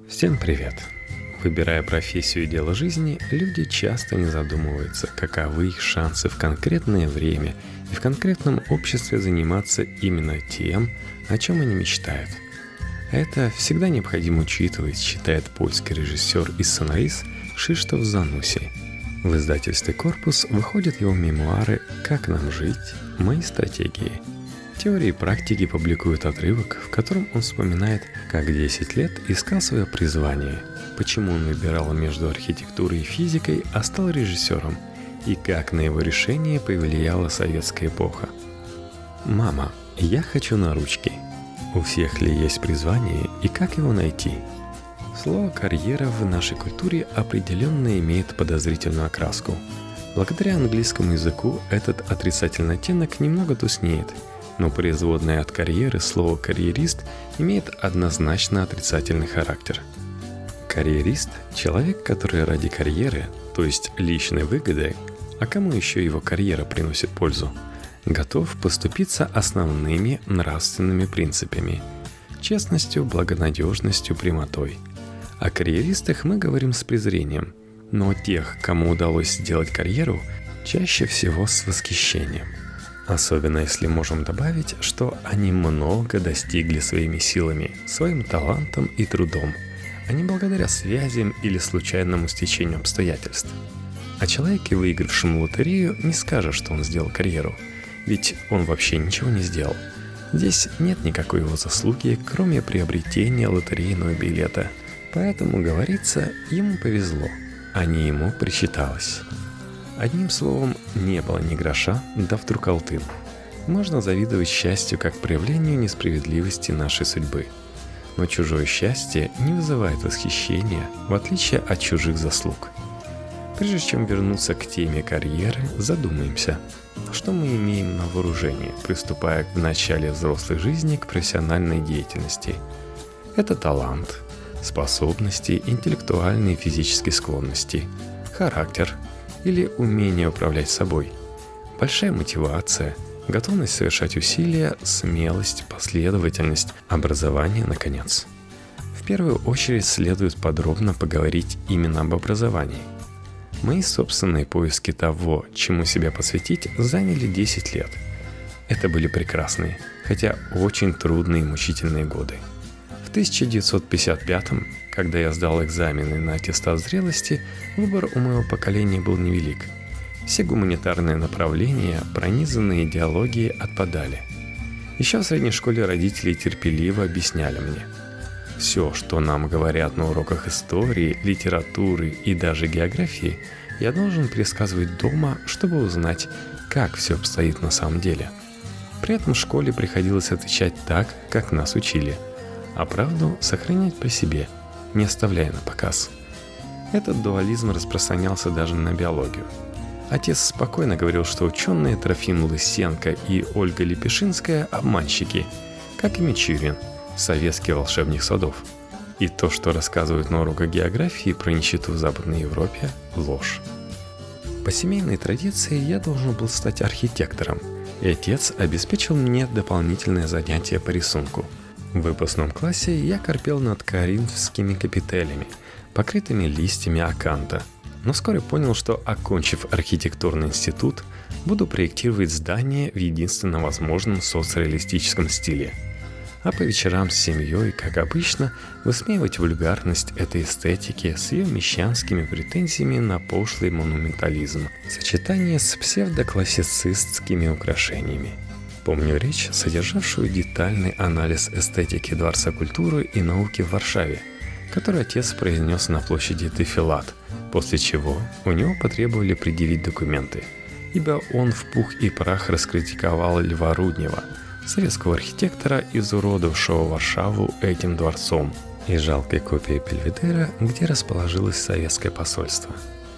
Всем привет! Выбирая профессию и дело жизни, люди часто не задумываются, каковы их шансы в конкретное время и в конкретном обществе заниматься именно тем, о чем они мечтают. Это всегда необходимо учитывать, считает польский режиссер и сценарист Кшиштоф Зануси. В издательстве «Корпус» выходят его мемуары «Как нам жить? Мои стратегии». Теории и практики публикуют отрывок, в котором он вспоминает, как 10 лет искал свое призвание, почему он выбирал между архитектурой и физикой, а стал режиссером, и как на его решение повлияла советская эпоха. «Мама, я хочу на ручки. У всех ли есть призвание и как его найти?» Слово «карьера» в нашей культуре определенно имеет подозрительную окраску. Благодаря английскому языку этот отрицательный оттенок немного тускнеет, но производное от карьеры слово «карьерист» имеет однозначно отрицательный характер. Карьерист – человек, который ради карьеры, то есть личной выгоды, а кому еще его карьера приносит пользу, готов поступиться основными нравственными принципами – честностью, благонадежностью, прямотой. О карьеристах мы говорим с презрением, но о тех, кому удалось сделать карьеру, чаще всего с восхищением. Особенно если можем добавить, что они много достигли своими силами, своим талантом и трудом, а не благодаря связям или случайному стечению обстоятельств. О человеке, выигравшем лотерею, не скажешь, что он сделал карьеру, ведь он вообще ничего не сделал. Здесь нет никакой его заслуги, кроме приобретения лотерейного билета. Поэтому, говорится, ему повезло, а не ему причиталось. Одним словом, не было ни гроша, да вдруг алтын. Можно завидовать счастью как проявлению несправедливости нашей судьбы. Но чужое счастье не вызывает восхищения, в отличие от чужих заслуг. Прежде чем вернуться к теме карьеры, задумаемся, что мы имеем на вооружении, приступая в начале взрослой жизни к профессиональной деятельности. Это талант, способности, интеллектуальные и физические склонности, характер или умение управлять собой, большая мотивация, готовность совершать усилия, смелость, последовательность, образование, наконец. В первую очередь следует подробно поговорить именно об образовании. Мои собственные поиски того, чему себя посвятить, заняли 10 лет. Это были прекрасные, хотя очень трудные и мучительные годы. В 1955-м, когда я сдал экзамены на аттестат зрелости, выбор у моего поколения был невелик. Все гуманитарные направления, пронизанные идеологией, отпадали. Еще в средней школе родители терпеливо объясняли мне: все, что нам говорят на уроках истории, литературы и даже географии, я должен пересказывать дома, чтобы узнать, как все обстоит на самом деле. При этом в школе приходилось отвечать так, как нас учили, а правду сохранять при себе, не оставляя на показ. Этот дуализм распространялся даже на биологию. Отец спокойно говорил, что ученые Трофим Лысенко и Ольга Лепешинская – обманщики, как и Мичурин, советский волшебник садов. И то, что рассказывают на уроках географии про нищету в Западной Европе – ложь. По семейной традиции я должен был стать архитектором, и отец обеспечил мне дополнительное занятие по рисунку. В выпускном классе я корпел над коринфскими капителями, покрытыми листьями аканта, но вскоре понял, что, окончив архитектурный институт, буду проектировать здания в единственно возможном соцреалистическом стиле. А по вечерам с семьей, как обычно, высмеивать вульгарность этой эстетики с ее мещанскими претензиями на пошлый монументализм в сочетании с псевдоклассицистскими украшениями. Помню речь, содержавшую детальный анализ эстетики Дворца культуры и науки в Варшаве, который отец произнес на площади Дефилат, после чего у него потребовали предъявить документы, ибо он в пух и прах раскритиковал Льва Руднева, советского архитектора, изуродовавшего Варшаву этим дворцом, и жалкой копией Бельведера, где расположилось советское посольство.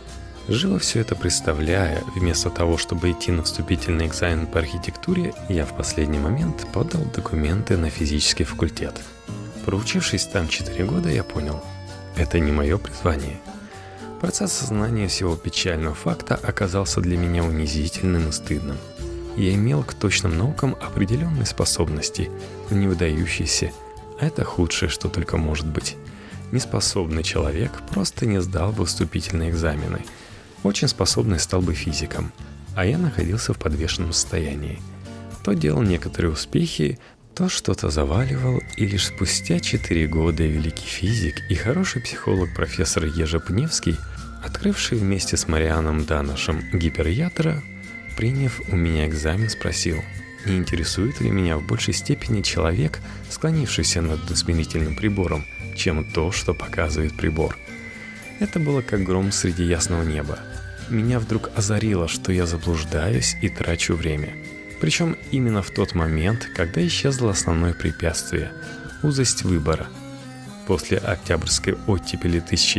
Живо все это представляя, вместо того, чтобы идти на вступительный экзамен по архитектуре, я в последний момент подал документы на физический факультет. Проучившись там 4 года, я понял – это не мое призвание. Процесс осознания всего печального факта оказался для меня унизительным и стыдным. Я имел к точным наукам определенные способности, но не выдающиеся, а это худшее, что только может быть. Неспособный человек просто не сдал бы вступительные экзамены. Очень способный стал бы физиком, а я находился в подвешенном состоянии. То делал некоторые успехи, то что-то заваливал, и лишь спустя 4 года великий физик и хороший психолог профессор Ежепневский, открывший вместе с Марианом Даношем гиперядра, приняв у меня экзамен, спросил, не интересует ли меня в большей степени человек, склонившийся над измерительным прибором, чем то, что показывает прибор. Это было как гром среди ясного неба. Меня вдруг озарило, что я заблуждаюсь и трачу время. Причем именно в тот момент, когда исчезло основное препятствие – узость выбора. После Октябрьской оттепели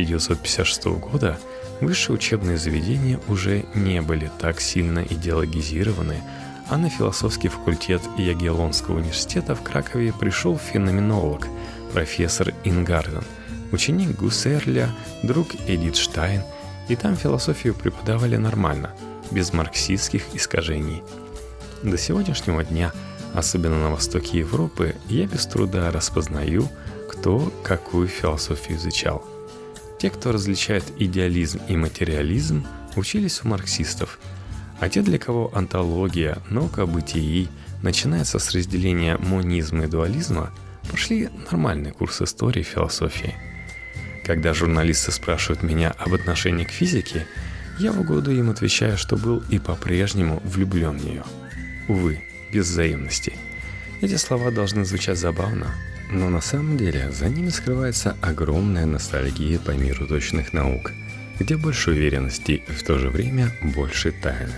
1956 года высшие учебные заведения уже не были так сильно идеологизированы, а на философский факультет Ягеллонского университета в Кракове пришел феноменолог, профессор Ингарден, ученик Гуссерля, друг Эдит Штайн, и там философию преподавали нормально, без марксистских искажений. До сегодняшнего дня, особенно на востоке Европы, я без труда распознаю, кто какую философию изучал. Те, кто различает идеализм и материализм, учились у марксистов, а те, для кого онтология, наука о бытии, начинается с разделения монизма и дуализма, прошли нормальный курс истории и философии. Когда журналисты спрашивают меня об отношении к физике, я в угоду им отвечаю, что был и по-прежнему влюблен в нее. Увы, без взаимности. Эти слова должны звучать забавно, но на самом деле за ними скрывается огромная ностальгия по миру точных наук, где больше уверенности и в то же время больше тайны.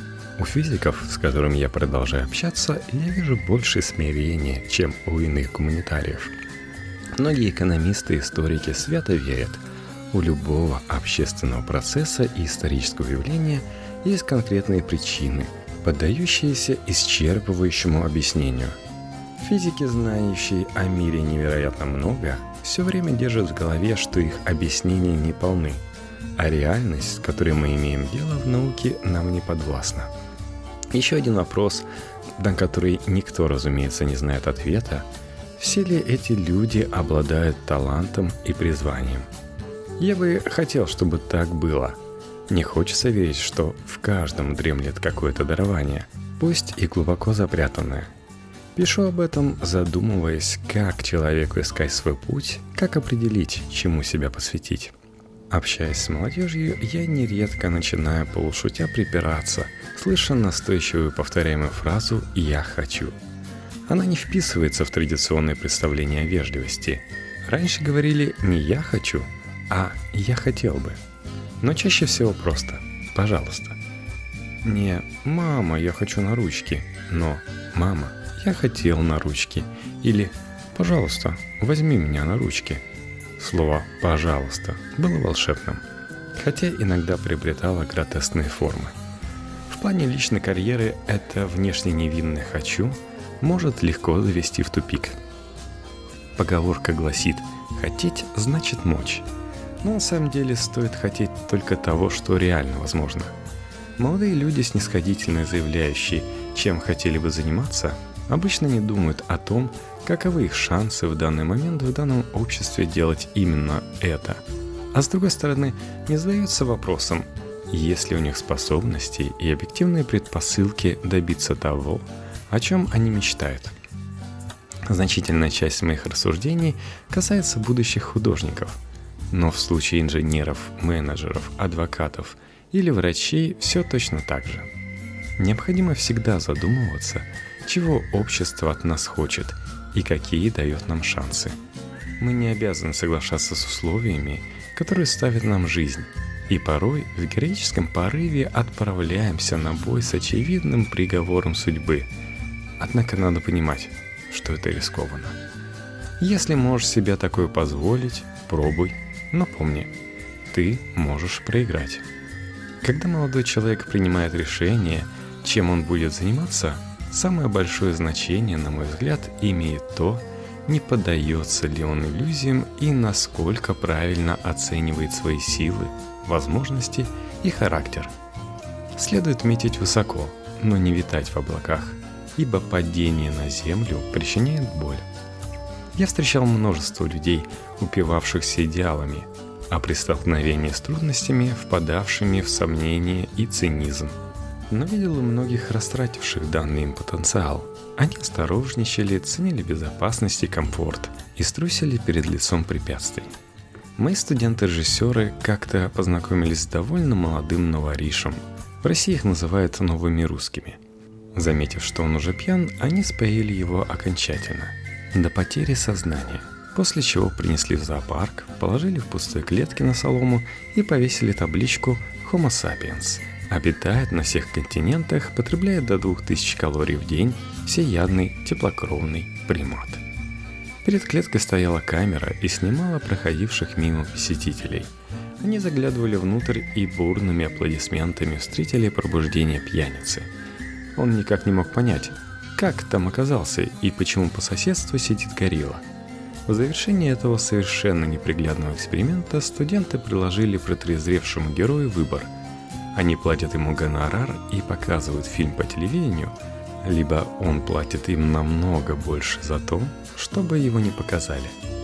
У физиков, с которыми я продолжаю общаться, я вижу больше смирения, чем у иных гуманитариев. Многие экономисты и историки свято верят, у любого общественного процесса и исторического явления есть конкретные причины, поддающиеся исчерпывающему объяснению. Физики, знающие о мире невероятно много, все время держат в голове, что их объяснения не полны, а реальность, с которой мы имеем дело в науке, нам не подвластна. Еще один вопрос, на который никто, разумеется, не знает ответа: все ли эти люди обладают талантом и призванием? Я бы хотел, чтобы так было. Не хочется верить, что в каждом дремлет какое-то дарование, пусть и глубоко запрятанное. Пишу об этом, задумываясь, как человеку искать свой путь, как определить, чему себя посвятить. Общаясь с молодежью, я нередко начинаю полушутя припираться, слыша настойчивую повторяемую фразу «я хочу». Она не вписывается в традиционное представление о вежливости. Раньше говорили не «я хочу», а «я хотел бы». Но чаще всего просто «пожалуйста». Не «мама, я хочу на ручки», но «мама, я хотел на ручки» или «пожалуйста, возьми меня на ручки». Слово «пожалуйста» было волшебным, хотя иногда приобретало гротескные формы. В плане личной карьеры это внешне невинное «хочу» может легко завести в тупик. Поговорка гласит «хотеть значит мочь». Но на самом деле стоит хотеть только того, что реально возможно. Молодые люди, снисходительно заявляющие, чем хотели бы заниматься, обычно не думают о том, каковы их шансы в данный момент в данном обществе делать именно это. А с другой стороны, не задаются вопросом, есть ли у них способности и объективные предпосылки добиться того, о чем они мечтают. Значительная часть моих рассуждений касается будущих художников. Но в случае инженеров, менеджеров, адвокатов или врачей все точно так же. Необходимо всегда задумываться, чего общество от нас хочет и какие дает нам шансы. Мы не обязаны соглашаться с условиями, которые ставит нам жизнь, и порой в героическом порыве отправляемся на бой с очевидным приговором судьбы. Однако надо понимать, что это рискованно. Если можешь себе такое позволить, пробуй. Но помни, ты можешь проиграть. Когда молодой человек принимает решение, чем он будет заниматься, самое большое значение, на мой взгляд, имеет то, не поддается ли он иллюзиям и насколько правильно оценивает свои силы, возможности и характер. Следует метить высоко, но не витать в облаках, ибо падение на землю причиняет боль. Я встречал множество людей, упивавшихся идеалами, а при столкновении с трудностями, впадавшими в сомнения и цинизм. Но видел и многих, растративших данный им потенциал. Они осторожничали, ценили безопасность и комфорт и струсили перед лицом препятствий. Мои студенты-режиссеры как-то познакомились с довольно молодым новоришем. В России их называют новыми русскими. Заметив, что он уже пьян, они споили его окончательно, до потери сознания, после чего принесли в зоопарк, положили в пустые клетки на солому и повесили табличку «Homo sapiens». Обитает на всех континентах, потребляет до 2000 калорий в день, всеядный, теплокровный примат. Перед клеткой стояла камера и снимала проходивших мимо посетителей. Они заглядывали внутрь и бурными аплодисментами встретили пробуждение пьяницы. Он никак не мог понять, как там оказался и почему по соседству сидит горилла. В завершении этого совершенно неприглядного эксперимента студенты предложили протрезвевшему герою выбор. Они платят ему гонорар и показывают фильм по телевидению, либо он платит им намного больше за то, чтобы его не показали.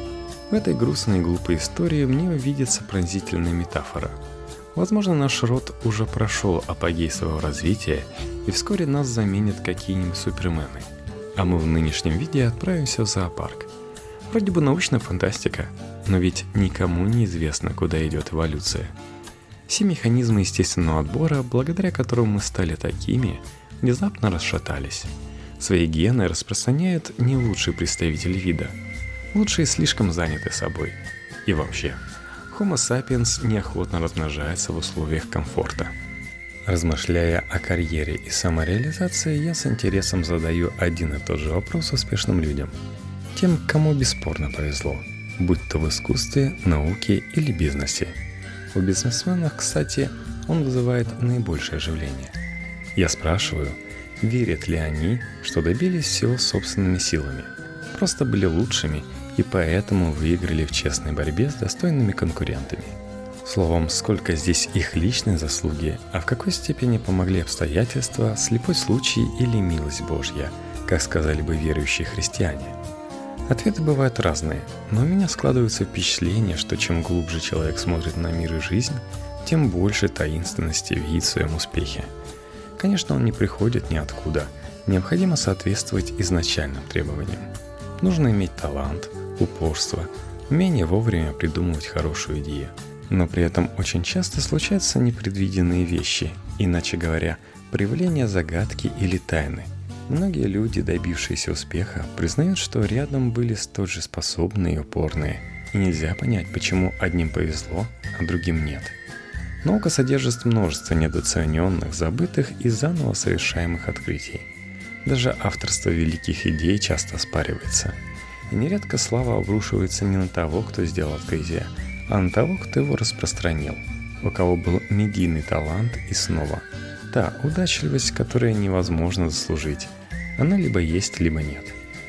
В этой грустной и глупой истории мне видится пронзительная метафора. Возможно, наш род уже прошел апогей своего развития, и вскоре нас заменят какие-нибудь супермены, а мы в нынешнем виде отправимся в зоопарк. Вроде бы научная фантастика, но ведь никому не известно, куда идет эволюция. Все механизмы естественного отбора, благодаря которым мы стали такими, внезапно расшатались. Свои гены распространяют не лучшие представители вида. Лучшие слишком заняты собой. И вообще, Homo sapiens неохотно размножается в условиях комфорта. Размышляя о карьере и самореализации, я с интересом задаю один и тот же вопрос успешным людям. Тем, кому бесспорно повезло, будь то в искусстве, науке или бизнесе. У бизнесменов, кстати, он вызывает наибольшее оживление. Я спрашиваю, верят ли они, что добились всего собственными силами, просто были лучшими и поэтому выиграли в честной борьбе с достойными конкурентами. Словом, сколько здесь их личной заслуги, а в какой степени помогли обстоятельства, слепой случай или милость Божья, как сказали бы верующие христиане. Ответы бывают разные, но у меня складывается впечатление, что чем глубже человек смотрит на мир и жизнь, тем больше таинственности видит в своем успехе. Конечно, он не приходит ниоткуда, необходимо соответствовать изначальным требованиям. Нужно иметь талант, упорство, умение вовремя придумывать хорошую идею. Но при этом очень часто случаются непредвиденные вещи, иначе говоря, проявление загадки или тайны. Многие люди, добившиеся успеха, признают, что рядом были столь же способные и упорные, и нельзя понять, почему одним повезло, а другим нет. Наука содержит множество недооцененных, забытых и заново совершаемых открытий. Даже авторство великих идей часто оспаривается. И нередко слава обрушивается не на того, кто сделал открытие, а на того, кто его распространил, у кого был медийный талант и снова. Та удачливость, которую невозможно заслужить. Она либо есть, либо нет.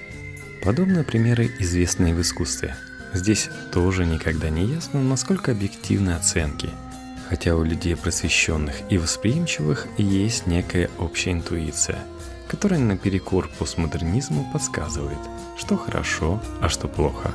Подобные примеры известны в искусстве. Здесь тоже никогда не ясно, насколько объективны оценки. Хотя у людей просвещенных и восприимчивых есть некая общая интуиция, которая наперекор постмодернизму подсказывает, что хорошо, а что плохо.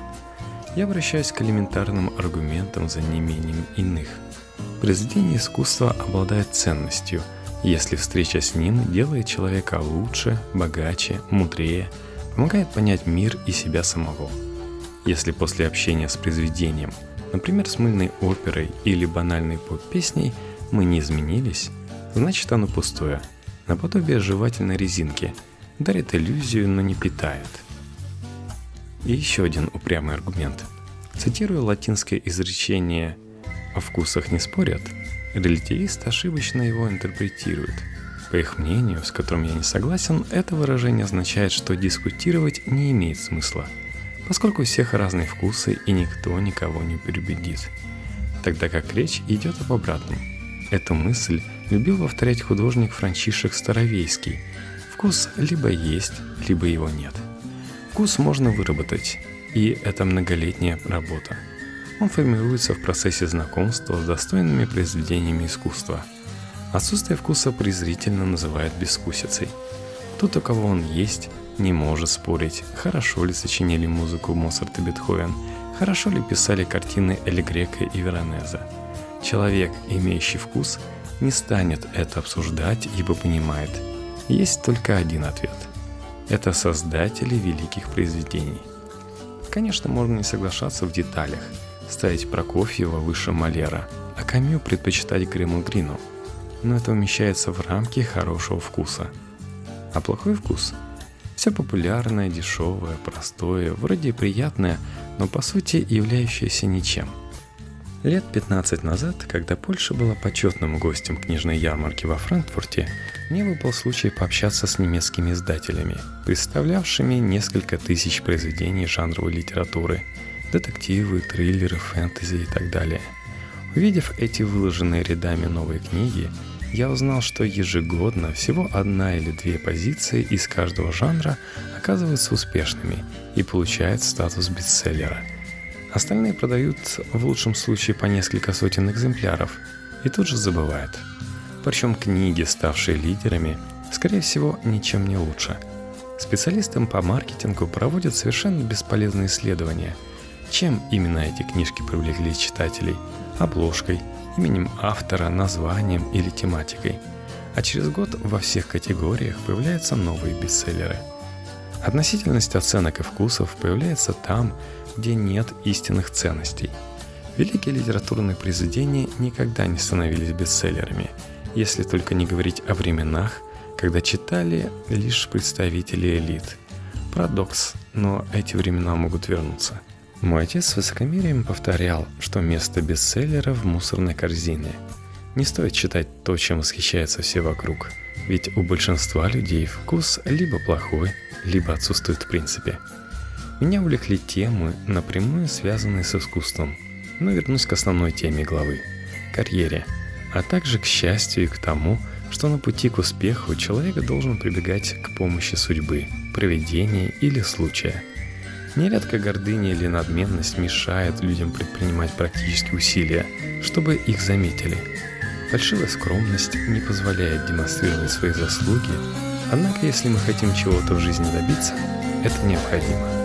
Я обращаюсь к элементарным аргументам за неимением иных. Произведение искусства обладает ценностью, если встреча с ним делает человека лучше, богаче, мудрее, помогает понять мир и себя самого. Если после общения с произведением, например, с мыльной оперой или банальной поп-песней, мы не изменились, значит оно пустое, наподобие жевательной резинки, дарит иллюзию, но не питает. И еще один упрямый аргумент. Цитируя латинское изречение «о вкусах не спорят», релятивист ошибочно его интерпретирует. По их мнению, с которым я не согласен, это выражение означает, что дискутировать не имеет смысла, поскольку у всех разные вкусы и никто никого не переубедит. Тогда как речь идет об обратном. Эту мысль любил повторять художник Франчишек Старовейский. Вкус либо есть, либо его нет. Вкус можно выработать, и это многолетняя работа. Он формируется в процессе знакомства с достойными произведениями искусства. Отсутствие вкуса презрительно называют безвкусицей. Тот, у кого он есть, не может спорить, хорошо ли сочинили музыку Моцарт и Бетховен, хорошо ли писали картины Эль Греко и Веронезе. Человек, имеющий вкус, не станет это обсуждать, ибо понимает, есть только один ответ. Это создатели великих произведений. Конечно, можно не соглашаться в деталях, ставить Прокофьева выше Мольера, а Камю предпочитать Грэму Грину, но это умещается в рамки хорошего вкуса. А плохой вкус – все популярное, дешевое, простое, вроде приятное, но по сути являющееся ничем. Лет 15 назад, когда Польша была почетным гостем книжной ярмарки во Франкфурте, мне выпал случай пообщаться с немецкими издателями, представлявшими несколько тысяч произведений жанровой литературы, детективы, триллеры, фэнтези и так далее. Увидев эти выложенные рядами новые книги, я узнал, что ежегодно всего 1 или 2 позиции из каждого жанра оказываются успешными и получают статус бестселлера. Остальные продают в лучшем случае по несколько сотен экземпляров и тут же забывают. Причем книги, ставшие лидерами, скорее всего, ничем не лучше. Специалисты по маркетингу проводят совершенно бесполезные исследования. Чем именно эти книжки привлекли читателей? Обложкой, именем автора, названием или тематикой. А через год во всех категориях появляются новые бестселлеры. Относительность оценок и вкусов появляется там, где нет истинных ценностей. Великие литературные произведения никогда не становились бестселлерами, если только не говорить о временах, когда читали лишь представители элит. Парадокс, но эти времена могут вернуться. Мой отец с высокомерием повторял, что место бестселлера в мусорной корзине. Не стоит читать то, чем восхищаются все вокруг, ведь у большинства людей вкус либо плохой, либо отсутствует в принципе. Меня увлекли темы, напрямую связанные с искусством, но вернусь к основной теме главы – карьере, а также к счастью и к тому, что на пути к успеху человек должен прибегать к помощи судьбы, провидения или случая. Нередко гордыня или надменность мешает людям предпринимать практические усилия, чтобы их заметили. Фальшивая скромность не позволяет демонстрировать свои заслуги, однако если мы хотим чего-то в жизни добиться, это необходимо.